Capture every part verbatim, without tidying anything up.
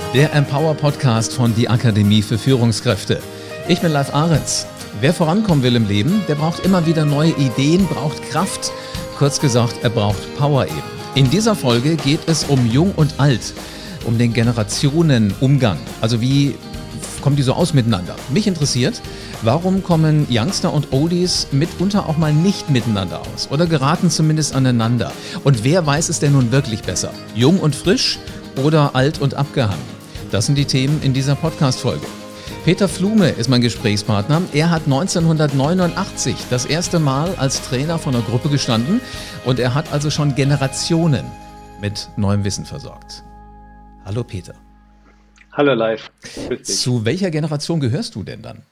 Der Empower-Podcast von die Akademie für Führungskräfte. Ich bin Live Ahrens. Wer vorankommen will im Leben, der braucht immer wieder neue Ideen, braucht Kraft. Kurz gesagt, er braucht Power eben. In dieser Folge geht es um Jung und Alt, um den Generationenumgang. Also wie kommen die so aus miteinander? Mich interessiert, warum kommen Youngster und Oldies mitunter auch mal nicht miteinander aus oder geraten zumindest aneinander? Und wer weiß es denn nun wirklich besser? Jung und frisch oder alt und abgehangen? Das sind die Themen in dieser Podcast-Folge. Peter Flume ist mein Gesprächspartner. Er hat neunzehnhundertneunundachtzig das erste Mal als Trainer von einer Gruppe gestanden und er hat also schon Generationen mit neuem Wissen versorgt. Hallo Peter. Hallo Live. Zu welcher Generation gehörst du denn dann?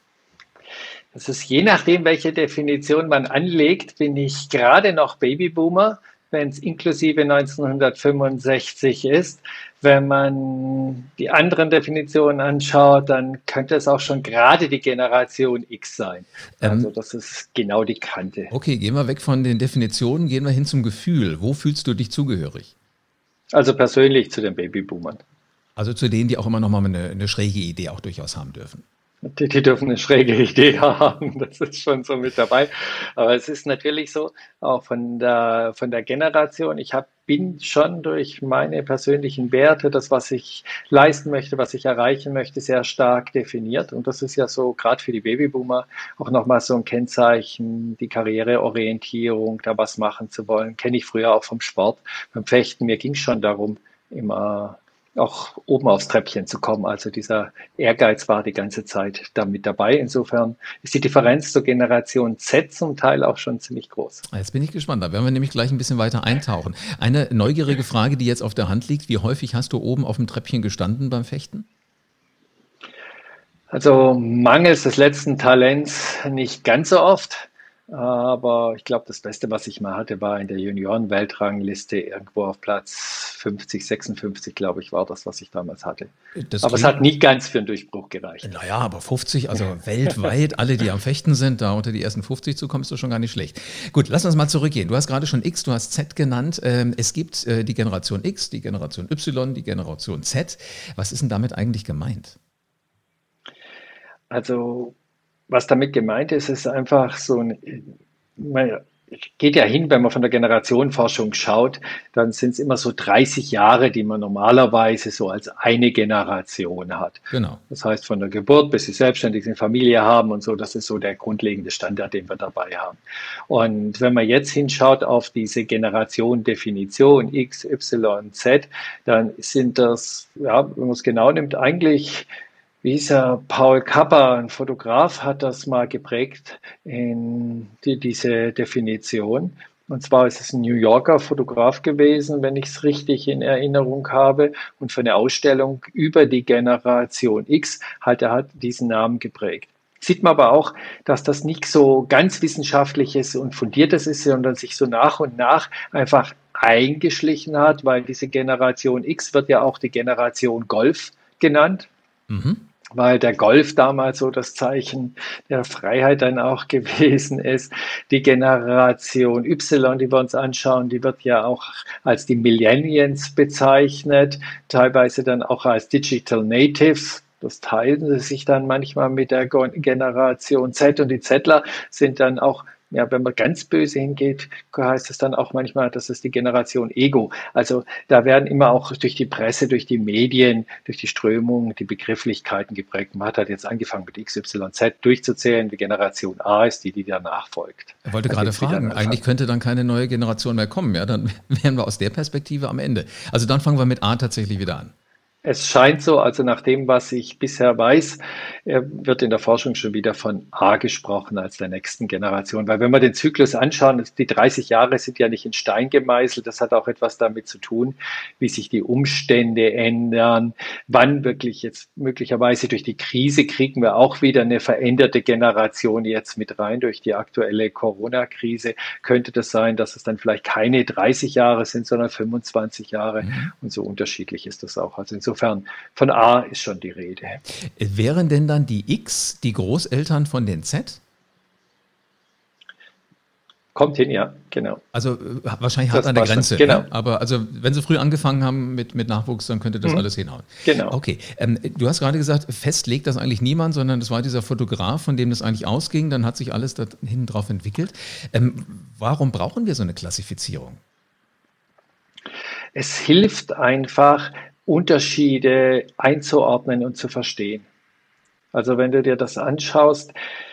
Das ist je nachdem, welche Definition man anlegt, bin ich gerade noch Babyboomer, wenn es inklusive neunzehnhundertfünfundsechzig ist. Wenn man die anderen Definitionen anschaut, dann könnte es auch schon gerade die Generation X sein. Also das ist genau die Kante. Okay, gehen wir weg von den Definitionen, gehen wir hin zum Gefühl. Wo fühlst du dich zugehörig? Also persönlich zu den Babyboomern. Also zu denen, die auch immer noch mal eine, eine schräge Idee auch durchaus haben dürfen. Die, die dürfen eine schräge Idee haben, das ist schon so mit dabei. Aber es ist natürlich so, auch von der, von der Generation, ich hab, bin schon durch meine persönlichen Werte, das, was ich leisten möchte, was ich erreichen möchte, sehr stark definiert. Und das ist ja so, gerade für die Babyboomer, auch nochmal so ein Kennzeichen, die Karriereorientierung, da was machen zu wollen. Kenne ich früher auch vom Sport, beim Fechten. Mir ging es schon darum, immer auch oben aufs Treppchen zu kommen. Also dieser Ehrgeiz war die ganze Zeit da mit dabei. Insofern ist die Differenz zur Generation Z zum Teil auch schon ziemlich groß. Jetzt bin ich gespannt. Da werden wir nämlich gleich ein bisschen weiter eintauchen. Eine neugierige Frage, die jetzt auf der Hand liegt. Wie häufig hast du oben auf dem Treppchen gestanden beim Fechten? Also mangels des letzten Talents nicht ganz so oft. Aber ich glaube, das Beste, was ich mal hatte, war in der Junioren-Weltrangliste irgendwo auf Platz fünfzig, sechsundfünfzig, glaube ich, war das, was ich damals hatte. Das aber es hat nie ganz für einen Durchbruch gereicht. Naja, aber fünfzig, also weltweit, alle, die am Fechten sind, da unter die ersten fünfzig zu kommen, ist doch schon gar nicht schlecht. Gut, lass uns mal zurückgehen. Du hast gerade schon X, du hast Z genannt. Es gibt die Generation X, die Generation Y, die Generation Z. Was ist denn damit eigentlich gemeint? Also was damit gemeint ist, ist einfach so ein, man geht ja hin, wenn man von der Generationenforschung schaut, dann sind es immer so dreißig Jahre, die man normalerweise so als eine Generation hat. Genau. Das heißt, von der Geburt bis sie selbstständig sind, Familie haben und so, das ist so der grundlegende Standard, den wir dabei haben. Und wenn man jetzt hinschaut auf diese Generation-Definition X, Y, Z, dann sind das, ja, wenn man es genau nimmt, eigentlich Wie hieß er? Paul Kappa, ein Fotograf, hat das mal geprägt in die, diese Definition. Und zwar ist es ein New Yorker Fotograf gewesen, wenn ich es richtig in Erinnerung habe. Und für eine Ausstellung über die Generation X hat er hat diesen Namen geprägt. Sieht man aber auch, dass das nicht so ganz wissenschaftliches und fundiertes ist, sondern sich so nach und nach einfach eingeschlichen hat, weil diese Generation X wird ja auch die Generation Golf genannt. Mhm. Weil der Golf damals so das Zeichen der Freiheit dann auch gewesen ist. Die Generation Y, die wir uns anschauen, die wird ja auch als die Millennials bezeichnet, teilweise dann auch als Digital Natives. Das teilen sie sich dann manchmal mit der Generation Z und die Zettler sind dann auch, ja, wenn man ganz böse hingeht, heißt es dann auch manchmal, das ist die Generation Ego. Also da werden immer auch durch die Presse, durch die Medien, durch die Strömung die Begrifflichkeiten geprägt. Man hat halt jetzt angefangen mit X, Y, Z durchzuzählen. Die Generation A ist die, die danach folgt. Ich wollte gerade fragen, eigentlich könnte dann keine neue Generation mehr kommen. Ja, dann wären wir aus der Perspektive am Ende. Also dann fangen wir mit A tatsächlich wieder an. Es scheint so, also nach dem, was ich bisher weiß, wird in der Forschung schon wieder von A gesprochen als der nächsten Generation. Weil wenn wir den Zyklus anschauen, die dreißig Jahre sind ja nicht in Stein gemeißelt. Das hat auch etwas damit zu tun, wie sich die Umstände ändern. Wann wirklich jetzt möglicherweise durch die Krise kriegen wir auch wieder eine veränderte Generation jetzt mit rein. Durch die aktuelle Corona-Krise könnte das sein, dass es dann vielleicht keine dreißig Jahre sind, sondern fünfundzwanzig Jahre. Mhm. Und so unterschiedlich ist das auch. Also insofern Insofern von A ist schon die Rede. Wären denn dann die X die Großeltern von den Z? Kommt hin, ja, genau. Also äh, wahrscheinlich hart Das an der passt schon. Grenze, Genau. ne? Aber also wenn Sie früh angefangen haben mit, mit Nachwuchs, dann könnte das Mhm. alles hinhauen. Genau. Okay, ähm, du hast gerade gesagt, festlegt das eigentlich niemand, sondern das war dieser Fotograf, von dem das eigentlich ausging, dann hat sich alles da hinten drauf entwickelt. Ähm, warum brauchen wir so eine Klassifizierung? Es hilft einfach, Unterschiede einzuordnen und zu verstehen. Also wenn du dir das anschaust,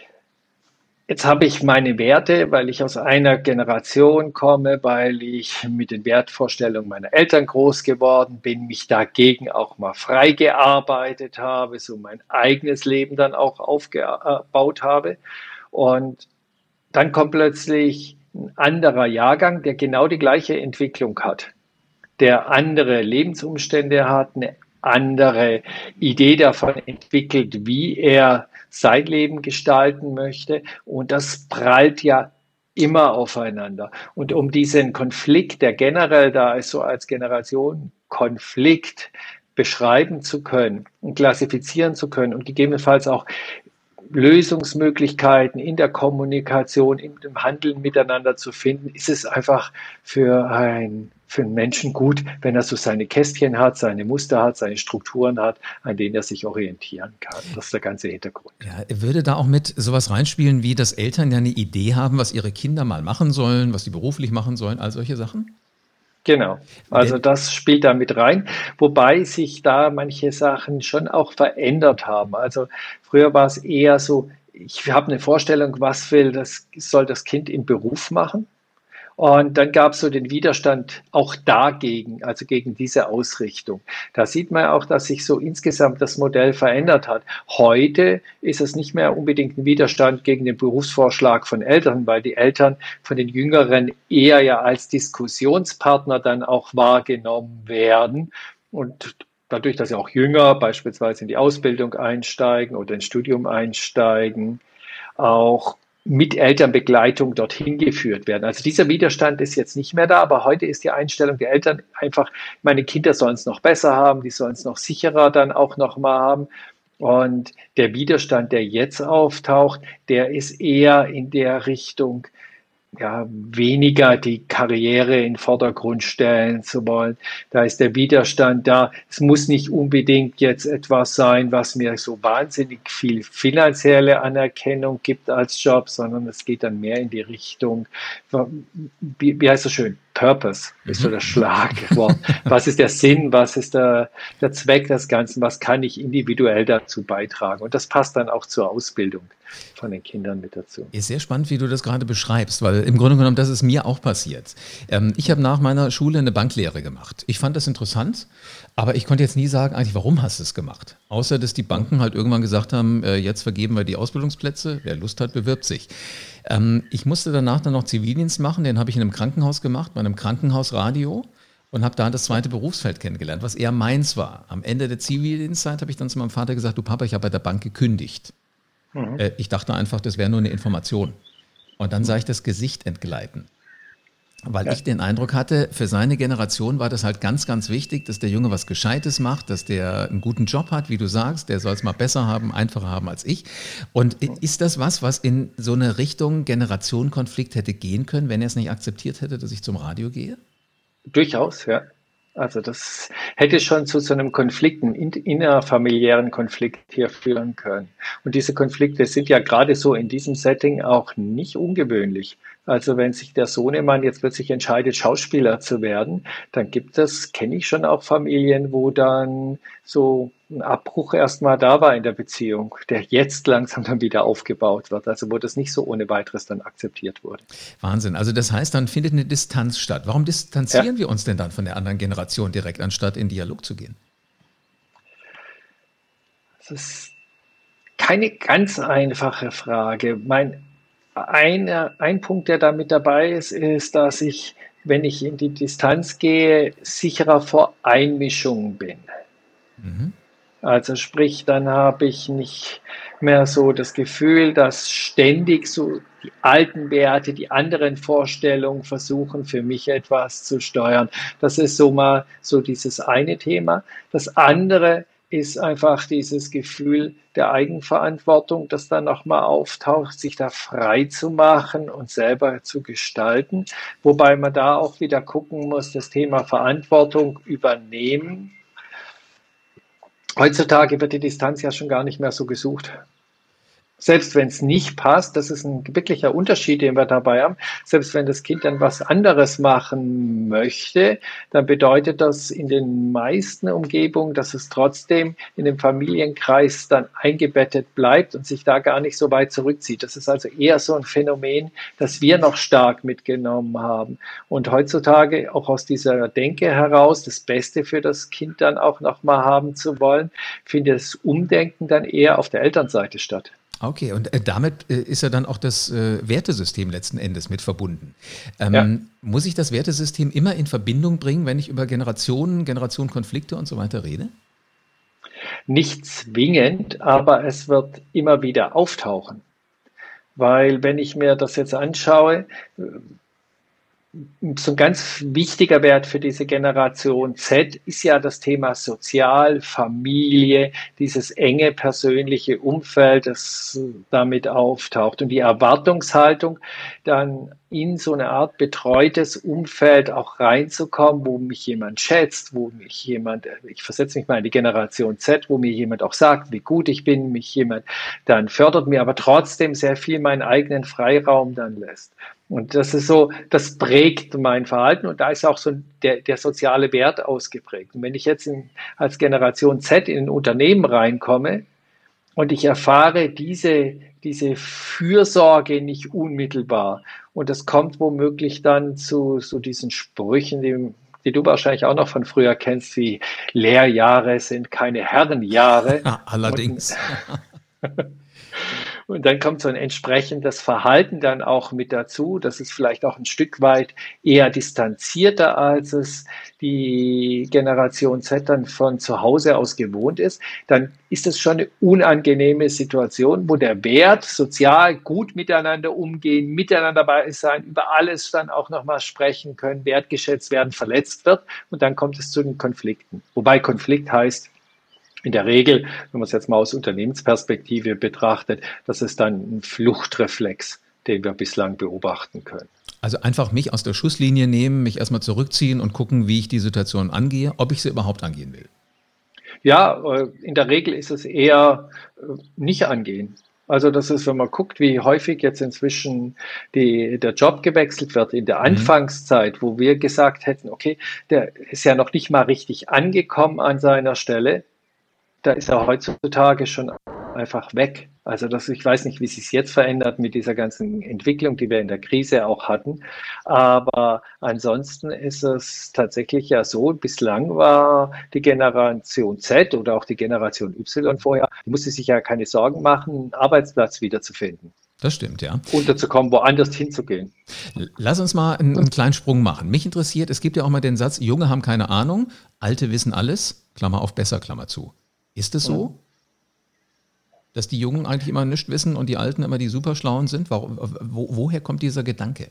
jetzt habe ich meine Werte, weil ich aus einer Generation komme, weil ich mit den Wertvorstellungen meiner Eltern groß geworden bin, mich dagegen auch mal frei gearbeitet habe, so mein eigenes Leben dann auch aufgebaut habe. Und dann kommt plötzlich ein anderer Jahrgang, der genau die gleiche Entwicklung hat, der andere Lebensumstände hat, eine andere Idee davon entwickelt, wie er sein Leben gestalten möchte. Und das prallt ja immer aufeinander. Und um diesen Konflikt, der generell da ist, so als Generation Konflikt beschreiben zu können und klassifizieren zu können und gegebenenfalls auch Lösungsmöglichkeiten in der Kommunikation, im Handeln miteinander zu finden, ist es einfach für, ein, für einen Menschen gut, wenn er so seine Kästchen hat, seine Muster hat, seine Strukturen hat, an denen er sich orientieren kann. Das ist der ganze Hintergrund. Ja, würde da auch mit sowas reinspielen, wie dass Eltern ja eine Idee haben, was ihre Kinder mal machen sollen, was sie beruflich machen sollen, all solche Sachen? Genau, also das spielt da mit rein, wobei sich da manche Sachen schon auch verändert haben. Also früher war es eher so, ich habe eine Vorstellung, was will das, soll das Kind im Beruf machen? Und dann gab es so den Widerstand auch dagegen, also gegen diese Ausrichtung. Da sieht man auch, dass sich so insgesamt das Modell verändert hat. Heute ist es nicht mehr unbedingt ein Widerstand gegen den Berufsvorschlag von Eltern, weil die Eltern von den Jüngeren eher ja als Diskussionspartner dann auch wahrgenommen werden. Und dadurch, dass sie auch Jünger beispielsweise in die Ausbildung einsteigen oder ins Studium einsteigen, auch mit Elternbegleitung dorthin geführt werden. Also dieser Widerstand ist jetzt nicht mehr da, aber heute ist die Einstellung der Eltern einfach, meine Kinder sollen es noch besser haben, die sollen es noch sicherer dann auch noch mal haben. Und der Widerstand, der jetzt auftaucht, der ist eher in der Richtung, ja, weniger die Karriere in den Vordergrund stellen zu wollen. Da ist der Widerstand da. Es muss nicht unbedingt jetzt etwas sein, was mir so wahnsinnig viel finanzielle Anerkennung gibt als Job, sondern es geht dann mehr in die Richtung, wie, wie heißt das schön? Purpose ist so das Schlagwort. Was ist der Sinn? Was ist der, der Zweck des Ganzen? Was kann ich individuell dazu beitragen? Und das passt dann auch zur Ausbildung von den Kindern mit dazu. Ist sehr spannend, wie du das gerade beschreibst, weil im Grunde genommen, das ist mir auch passiert. Ähm, ich habe nach meiner Schule eine Banklehre gemacht. Ich fand das interessant, aber ich konnte jetzt nie sagen, eigentlich, warum hast du es gemacht? Außer, dass die Banken halt irgendwann gesagt haben, äh, jetzt vergeben wir die Ausbildungsplätze, wer Lust hat, bewirbt sich. Ähm, ich musste danach dann noch Zivildienst machen, den habe ich in einem Krankenhaus gemacht, bei einem Krankenhausradio. Und habe da das zweite Berufsfeld kennengelernt, was eher meins war. Am Ende der Zivildienstzeit habe ich dann zu meinem Vater gesagt, du Papa, ich habe bei der Bank gekündigt. Mhm. Äh, ich dachte einfach, das wäre nur eine Information. Und dann sah ich das Gesicht entgleiten. Weil ja. ich den Eindruck hatte, für seine Generation war das halt ganz, ganz wichtig, dass der Junge was Gescheites macht, dass der einen guten Job hat, wie du sagst, der soll es mal besser haben, einfacher haben als ich. Und ist das was, was in so eine Richtung Generationenkonflikt hätte gehen können, wenn er es nicht akzeptiert hätte, dass ich zum Radio gehe? Durchaus, ja. Also das hätte schon zu so einem Konflikt, einem innerfamiliären Konflikt hier führen können. Und diese Konflikte sind ja gerade so in diesem Setting auch nicht ungewöhnlich. Also wenn sich der Sohnemann jetzt plötzlich entscheidet, Schauspieler zu werden, dann gibt es, kenne ich schon auch Familien, wo dann so ein Abbruch erstmal da war in der Beziehung, der jetzt langsam dann wieder aufgebaut wird. Also wo das nicht so ohne weiteres dann akzeptiert wurde. Wahnsinn. Also das heißt, dann findet eine Distanz statt. Warum distanzieren ja. wir uns denn dann von der anderen Generation direkt, anstatt in Dialog zu gehen? Das ist keine ganz einfache Frage. Mein Eine, ein Punkt, der da mit dabei ist, ist, dass ich, wenn ich in die Distanz gehe, sicherer vor Einmischungen bin. Mhm. Also sprich, dann habe ich nicht mehr so das Gefühl, dass ständig so die alten Werte, die anderen Vorstellungen versuchen, für mich etwas zu steuern. Das ist so mal so dieses eine Thema. Das andere ist einfach dieses Gefühl der Eigenverantwortung, das dann nochmal auftaucht, sich da frei zu machen und selber zu gestalten. Wobei man da auch wieder gucken muss, das Thema Verantwortung übernehmen. Heutzutage wird die Distanz ja schon gar nicht mehr so gesucht. Selbst wenn es nicht passt, das ist ein wirklicher Unterschied, den wir dabei haben. Selbst wenn das Kind dann was anderes machen möchte, dann bedeutet das in den meisten Umgebungen, dass es trotzdem in dem Familienkreis dann eingebettet bleibt und sich da gar nicht so weit zurückzieht. Das ist also eher so ein Phänomen, das wir noch stark mitgenommen haben. Und heutzutage auch aus dieser Denke heraus, das Beste für das Kind dann auch nochmal haben zu wollen, findet das Umdenken dann eher auf der Elternseite statt. Okay, und äh, damit äh, ist ja dann auch das äh, Wertesystem letzten Endes mit verbunden. Ähm, Ja. muss ich das Wertesystem immer in Verbindung bringen, wenn ich über Generationen, Generationenkonflikte und so weiter rede? Nicht zwingend, aber es wird immer wieder auftauchen. Weil wenn ich mir das jetzt anschaue, so ein ganz wichtiger Wert für diese Generation Z ist ja das Thema Sozial, Familie, dieses enge persönliche Umfeld, das damit auftaucht. Und die Erwartungshaltung, dann in so eine Art betreutes Umfeld auch reinzukommen, wo mich jemand schätzt, wo mich jemand, ich versetze mich mal in die Generation Z, wo mir jemand auch sagt, wie gut ich bin, mich jemand dann fördert, mir aber trotzdem sehr viel meinen eigenen Freiraum dann lässt. Und das ist so, das prägt mein Verhalten und da ist auch so der, der soziale Wert ausgeprägt. Und wenn ich jetzt in, als Generation Z in ein Unternehmen reinkomme und ich erfahre diese, diese Fürsorge nicht unmittelbar und das kommt womöglich dann zu, zu diesen Sprüchen, die, die du wahrscheinlich auch noch von früher kennst, wie Lehrjahre sind keine Herrenjahre. Ja, allerdings. Und, Und dann kommt so ein entsprechendes Verhalten dann auch mit dazu. Das ist vielleicht auch ein Stück weit eher distanzierter, als es die Generation Z dann von zu Hause aus gewohnt ist. Dann ist es schon eine unangenehme Situation, wo der Wert sozial gut miteinander umgehen, miteinander bei sein, über alles dann auch nochmal sprechen können, wertgeschätzt werden, verletzt wird. Und dann kommt es zu den Konflikten. Wobei Konflikt heißt, in der Regel, wenn man es jetzt mal aus Unternehmensperspektive betrachtet, das ist dann ein Fluchtreflex, den wir bislang beobachten können. Also einfach mich aus der Schusslinie nehmen, mich erstmal zurückziehen und gucken, wie ich die Situation angehe, ob ich sie überhaupt angehen will. Ja, in der Regel ist es eher nicht angehen. Also das ist, wenn man guckt, wie häufig jetzt inzwischen die, der Job gewechselt wird in der Anfangszeit, wo wir gesagt hätten, okay, der ist ja noch nicht mal richtig angekommen an seiner Stelle. Da ist er heutzutage schon einfach weg. Also das, ich weiß nicht, wie sich jetzt verändert mit dieser ganzen Entwicklung, die wir in der Krise auch hatten. Aber ansonsten ist es tatsächlich ja so, bislang war die Generation Z oder auch die Generation Y vorher, die musste sich ja keine Sorgen machen, einen Arbeitsplatz wiederzufinden. Das stimmt, ja. Unterzukommen, woanders hinzugehen. Lass uns mal einen, einen kleinen Sprung machen. Mich interessiert, es gibt ja auch mal den Satz, Junge haben keine Ahnung, Alte wissen alles, Klammer auf besser, Klammer zu. Ist es so, dass die Jungen eigentlich immer nichts wissen und die Alten immer die Superschlauen sind? Wo, wo, woher kommt dieser Gedanke?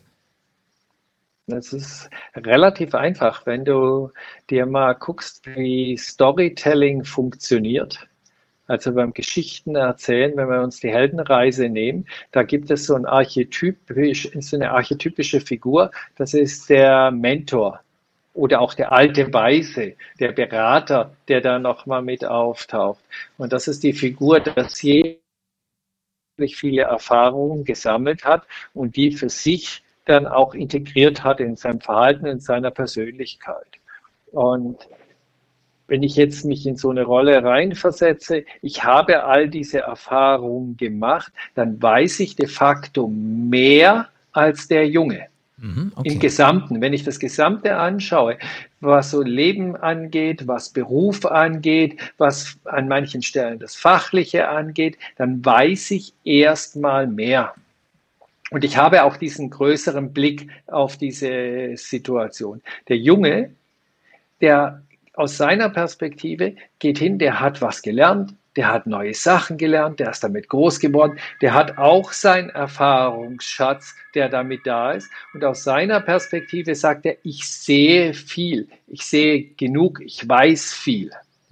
Das ist relativ einfach, wenn du dir mal guckst, wie Storytelling funktioniert. Also beim Geschichten erzählen, wenn wir uns die Heldenreise nehmen, da gibt es so ein archetypisch, so eine archetypische Figur, das ist der Mentor. Oder auch der alte Weise, der Berater, der da nochmal mit auftaucht. Und das ist die Figur, dass je viele Erfahrungen gesammelt hat und die für sich dann auch integriert hat in seinem Verhalten, in seiner Persönlichkeit. Und wenn ich jetzt mich in so eine Rolle reinversetze, ich habe all diese Erfahrungen gemacht, dann weiß ich de facto mehr als der Junge. Okay. Im Gesamten, wenn ich das Gesamte anschaue, was so Leben angeht, was Beruf angeht, was an manchen Stellen das Fachliche angeht, dann weiß ich erstmal mehr. Und ich habe auch diesen größeren Blick auf diese Situation. Der Junge, der aus seiner Perspektive geht hin, der hat was gelernt, der hat neue Sachen gelernt, der ist damit groß geworden, der hat auch seinen Erfahrungsschatz, der damit da ist. Und aus seiner Perspektive sagt er, ich sehe viel, ich sehe genug, ich weiß viel.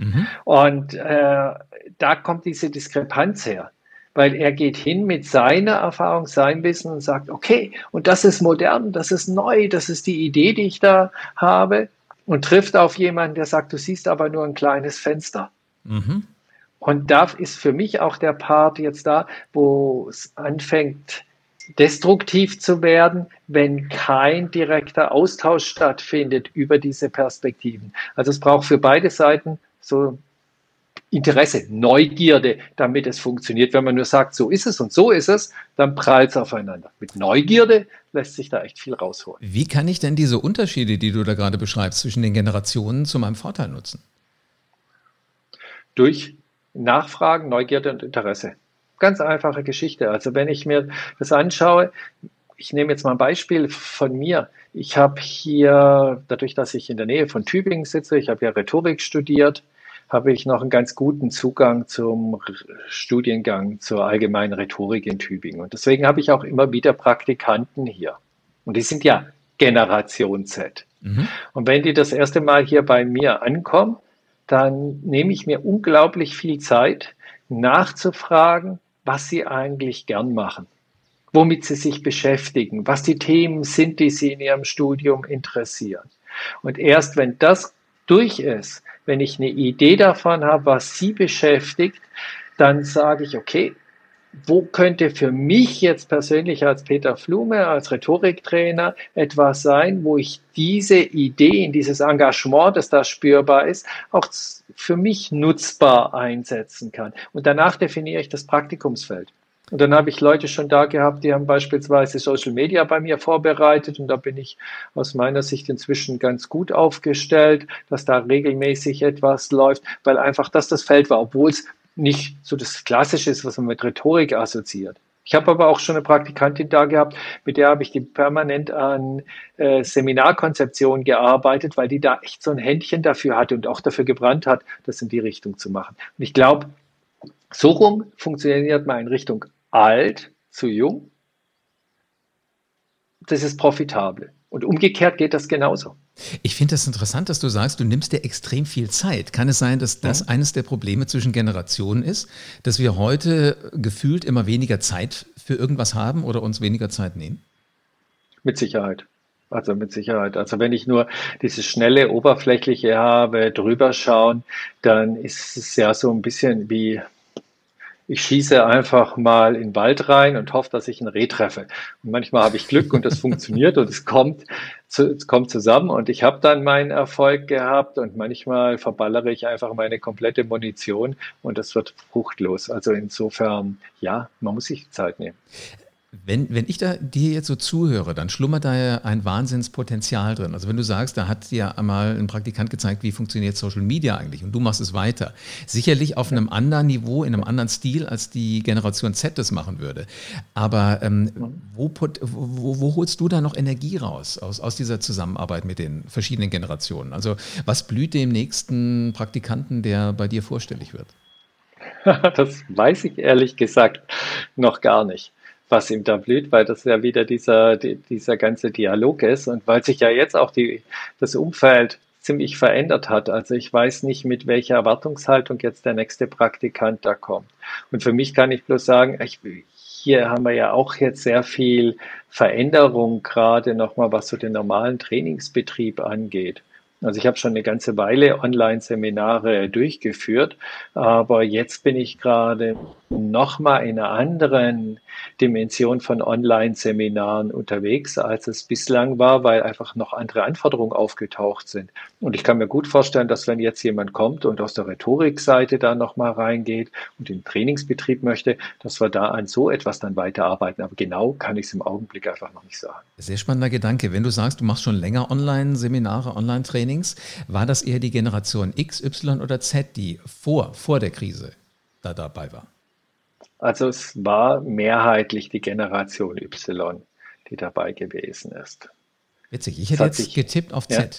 Mhm. Und äh, da kommt diese Diskrepanz her, weil er geht hin mit seiner Erfahrung, seinem Wissen und sagt, okay, und das ist modern, das ist neu, das ist die Idee, die ich da habe, und trifft auf jemanden, der sagt, du siehst aber nur ein kleines Fenster. Mhm. Und da ist für mich auch der Part jetzt da, wo es anfängt, destruktiv zu werden, wenn kein direkter Austausch stattfindet über diese Perspektiven. Also es braucht für beide Seiten so Interesse, Neugierde, damit es funktioniert. Wenn man nur sagt, so ist es und so ist es, dann prallt es aufeinander. Mit Neugierde lässt sich da echt viel rausholen. Wie kann ich denn diese Unterschiede, die du da gerade beschreibst, zwischen den Generationen zu meinem Vorteil nutzen? Durch Nachfragen, Neugierde und Interesse. Ganz einfache Geschichte. Also wenn ich mir das anschaue, ich nehme jetzt mal ein Beispiel von mir. Ich habe hier, dadurch, dass ich in der Nähe von Tübingen sitze, ich habe ja Rhetorik studiert, habe ich noch einen ganz guten Zugang zum Studiengang zur allgemeinen Rhetorik in Tübingen. Und deswegen habe ich auch immer wieder Praktikanten hier. Und die sind ja Generation Z. Mhm. Und wenn die das erste Mal hier bei mir ankommen, dann nehme ich mir unglaublich viel Zeit, nachzufragen, was sie eigentlich gern machen, womit sie sich beschäftigen, was die Themen sind, die sie in ihrem Studium interessieren. Und erst wenn das durch ist, wenn ich eine Idee davon habe, was sie beschäftigt, dann sage ich, okay, wo könnte für mich jetzt persönlich als Peter Flume, als Rhetoriktrainer etwas sein, wo ich diese Ideen, dieses Engagement, das da spürbar ist, auch für mich nutzbar einsetzen kann. Und danach definiere ich das Praktikumsfeld. Und dann habe ich Leute schon da gehabt, die haben beispielsweise Social Media bei mir vorbereitet und da bin ich aus meiner Sicht inzwischen ganz gut aufgestellt, dass da regelmäßig etwas läuft, weil einfach das das Feld war, obwohl es nicht so das Klassische ist, was man mit Rhetorik assoziiert. Ich habe aber auch schon eine Praktikantin da gehabt, mit der habe ich die permanent an äh, Seminarkonzeption gearbeitet, weil die da echt so ein Händchen dafür hatte und auch dafür gebrannt hat, das in die Richtung zu machen. Und ich glaube, so rum funktioniert man in Richtung alt zu jung. Das ist profitabel. Und umgekehrt geht das genauso. Ich finde das interessant, dass du sagst, du nimmst dir extrem viel Zeit. Kann es sein, dass das eines der Probleme zwischen Generationen ist, dass wir heute gefühlt immer weniger Zeit für irgendwas haben oder uns weniger Zeit nehmen? Mit Sicherheit. Also mit Sicherheit. Also wenn ich nur dieses schnelle, oberflächliche habe, drüber schauen, dann ist es ja so ein bisschen wie, ich schieße einfach mal in den Wald rein und hoffe, dass ich ein Reh treffe. Und manchmal habe ich Glück und das funktioniert und es kommt, zu, es kommt zusammen und ich habe dann meinen Erfolg gehabt und manchmal verballere ich einfach meine komplette Munition und das wird fruchtlos. Also insofern, ja, man muss sich Zeit nehmen. Wenn, wenn ich da dir jetzt so zuhöre, dann schlummert da ja ein Wahnsinnspotenzial drin. Also wenn du sagst, da hat dir einmal ein Praktikant gezeigt, wie funktioniert Social Media eigentlich und du machst es weiter. Sicherlich auf einem anderen Niveau, in einem anderen Stil, als die Generation Z das machen würde. Aber ähm, wo, wo, wo holst du da noch Energie raus aus, aus dieser Zusammenarbeit mit den verschiedenen Generationen? Also was blüht dem nächsten Praktikanten, der bei dir vorstellig wird? Das weiß ich ehrlich gesagt noch gar nicht, was ihm da blüht, weil das ja wieder dieser, dieser ganze Dialog ist und weil sich ja jetzt auch die, das Umfeld ziemlich verändert hat. Also ich weiß nicht, mit welcher Erwartungshaltung jetzt der nächste Praktikant da kommt. Und für mich kann ich bloß sagen, ich, hier haben wir ja auch jetzt sehr viel Veränderung, gerade nochmal, was so den normalen Trainingsbetrieb angeht. Also ich habe schon eine ganze Weile Online-Seminare durchgeführt, aber jetzt bin ich gerade nochmal in einer anderen Dimension von Online-Seminaren unterwegs, als es bislang war, weil einfach noch andere Anforderungen aufgetaucht sind. Und ich kann mir gut vorstellen, dass wenn jetzt jemand kommt und aus der Rhetorikseite da nochmal reingeht und den Trainingsbetrieb möchte, dass wir da an so etwas dann weiterarbeiten. Aber genau kann ich es im Augenblick einfach noch nicht sagen. Sehr spannender Gedanke. Wenn du sagst, du machst schon länger Online-Seminare, Online-Trainings, war das eher die Generation X, Y oder Z, die vor, vor der Krise da dabei war? Also es war mehrheitlich die Generation Y, die dabei gewesen ist. Witzig, ich hätte jetzt sich, getippt auf Z. Ja?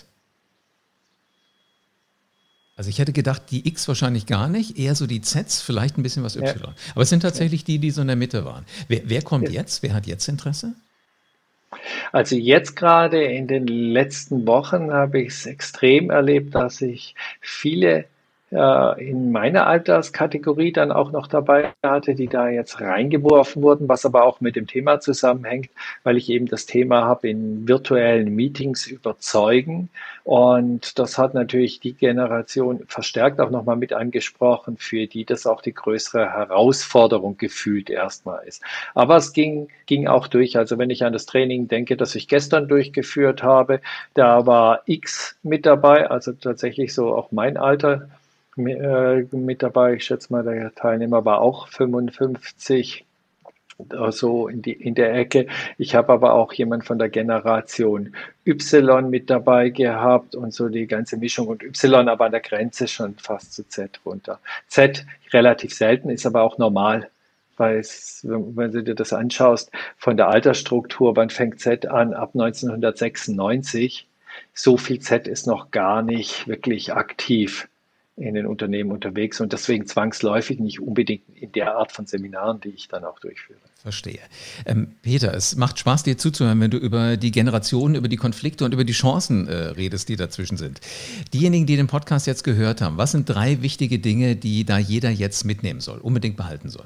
Also ich hätte gedacht, die X wahrscheinlich gar nicht, eher so die Zs, vielleicht ein bisschen was Y. Ja. Aber es sind tatsächlich die, die so in der Mitte waren. Wer, wer kommt ja. jetzt? Wer hat jetzt Interesse? Also jetzt gerade in den letzten Wochen habe ich es extrem erlebt, dass ich viele äh, in meine Alterskategorie dann auch noch dabei hatte, die da jetzt reingeworfen wurden, was aber auch mit dem Thema zusammenhängt, weil ich eben das Thema habe in virtuellen Meetings überzeugen. Und das hat natürlich die Generation verstärkt auch nochmal mit angesprochen, für die das auch die größere Herausforderung gefühlt erstmal ist. Aber es ging, ging auch durch. Also wenn ich an das Training denke, das ich gestern durchgeführt habe, da war X mit dabei, also tatsächlich so auch mein Alter äh, mit dabei. Ich schätze mal, der Teilnehmer war auch fünfundfünfzig, so in, die, in der Ecke. Ich habe aber auch jemand von der Generation Y mit dabei gehabt und so die ganze Mischung und Y aber an der Grenze schon fast zu Z runter. Z relativ selten, ist aber auch normal, weil es, wenn, wenn du dir das anschaust, von der Altersstruktur, wann fängt Z an? Ab neunzehnhundertsechsundneunzig. So viel Z ist noch gar nicht wirklich aktiv in den Unternehmen unterwegs und deswegen zwangsläufig nicht unbedingt in der Art von Seminaren, die ich dann auch durchführe. Verstehe. Ähm, Peter, es macht Spaß, dir zuzuhören, wenn du über die Generationen, über die Konflikte und über die Chancen äh, redest, die dazwischen sind. Diejenigen, die den Podcast jetzt gehört haben, was sind drei wichtige Dinge, die da jeder jetzt mitnehmen soll, unbedingt behalten soll?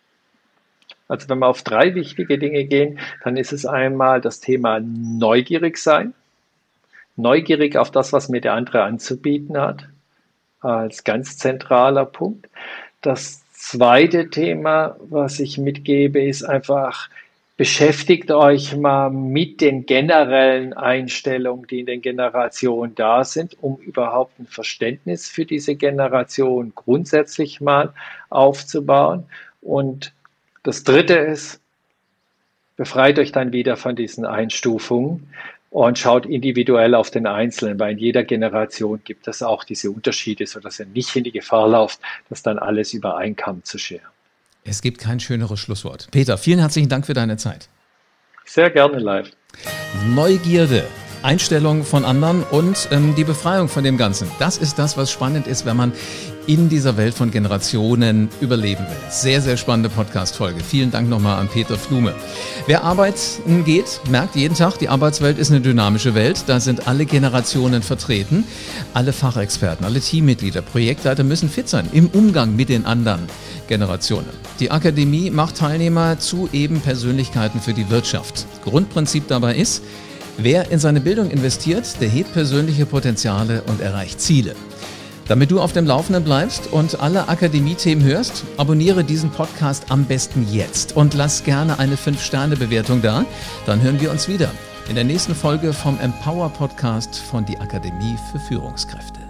Also wenn wir auf drei wichtige Dinge gehen, dann ist es einmal das Thema neugierig sein, neugierig auf das, was mir der andere anzubieten hat, als ganz zentraler Punkt. Das zweite Thema, was ich mitgebe, ist einfach, beschäftigt euch mal mit den generellen Einstellungen, die in den Generationen da sind, um überhaupt ein Verständnis für diese Generation grundsätzlich mal aufzubauen. Und das dritte ist, befreit euch dann wieder von diesen Einstufungen und schaut individuell auf den Einzelnen, weil in jeder Generation gibt es auch diese Unterschiede, sodass ihr nicht in die Gefahr lauft, das dann alles über einen Kamm zu scheren. Es gibt kein schöneres Schlusswort. Peter, vielen herzlichen Dank für deine Zeit. Sehr gerne live. Neugierde, Einstellung von anderen und ähm, die Befreiung von dem Ganzen. Das ist das, was spannend ist, wenn man in dieser Welt von Generationen überleben will. Sehr, sehr spannende Podcast-Folge. Vielen Dank nochmal an Peter Flume. Wer arbeiten geht, merkt jeden Tag, die Arbeitswelt ist eine dynamische Welt. Da sind alle Generationen vertreten. Alle Fachexperten, alle Teammitglieder, Projektleiter müssen fit sein im Umgang mit den anderen Generationen. Die Akademie macht Teilnehmer zu eben Persönlichkeiten für die Wirtschaft. Grundprinzip dabei ist, wer in seine Bildung investiert, der hebt persönliche Potenziale und erreicht Ziele. Damit du auf dem Laufenden bleibst und alle Akademie-Themen hörst, abonniere diesen Podcast am besten jetzt und lass gerne eine fünf Sterne Bewertung da. Dann hören wir uns wieder in der nächsten Folge vom Empower Podcast von die Akademie für Führungskräfte.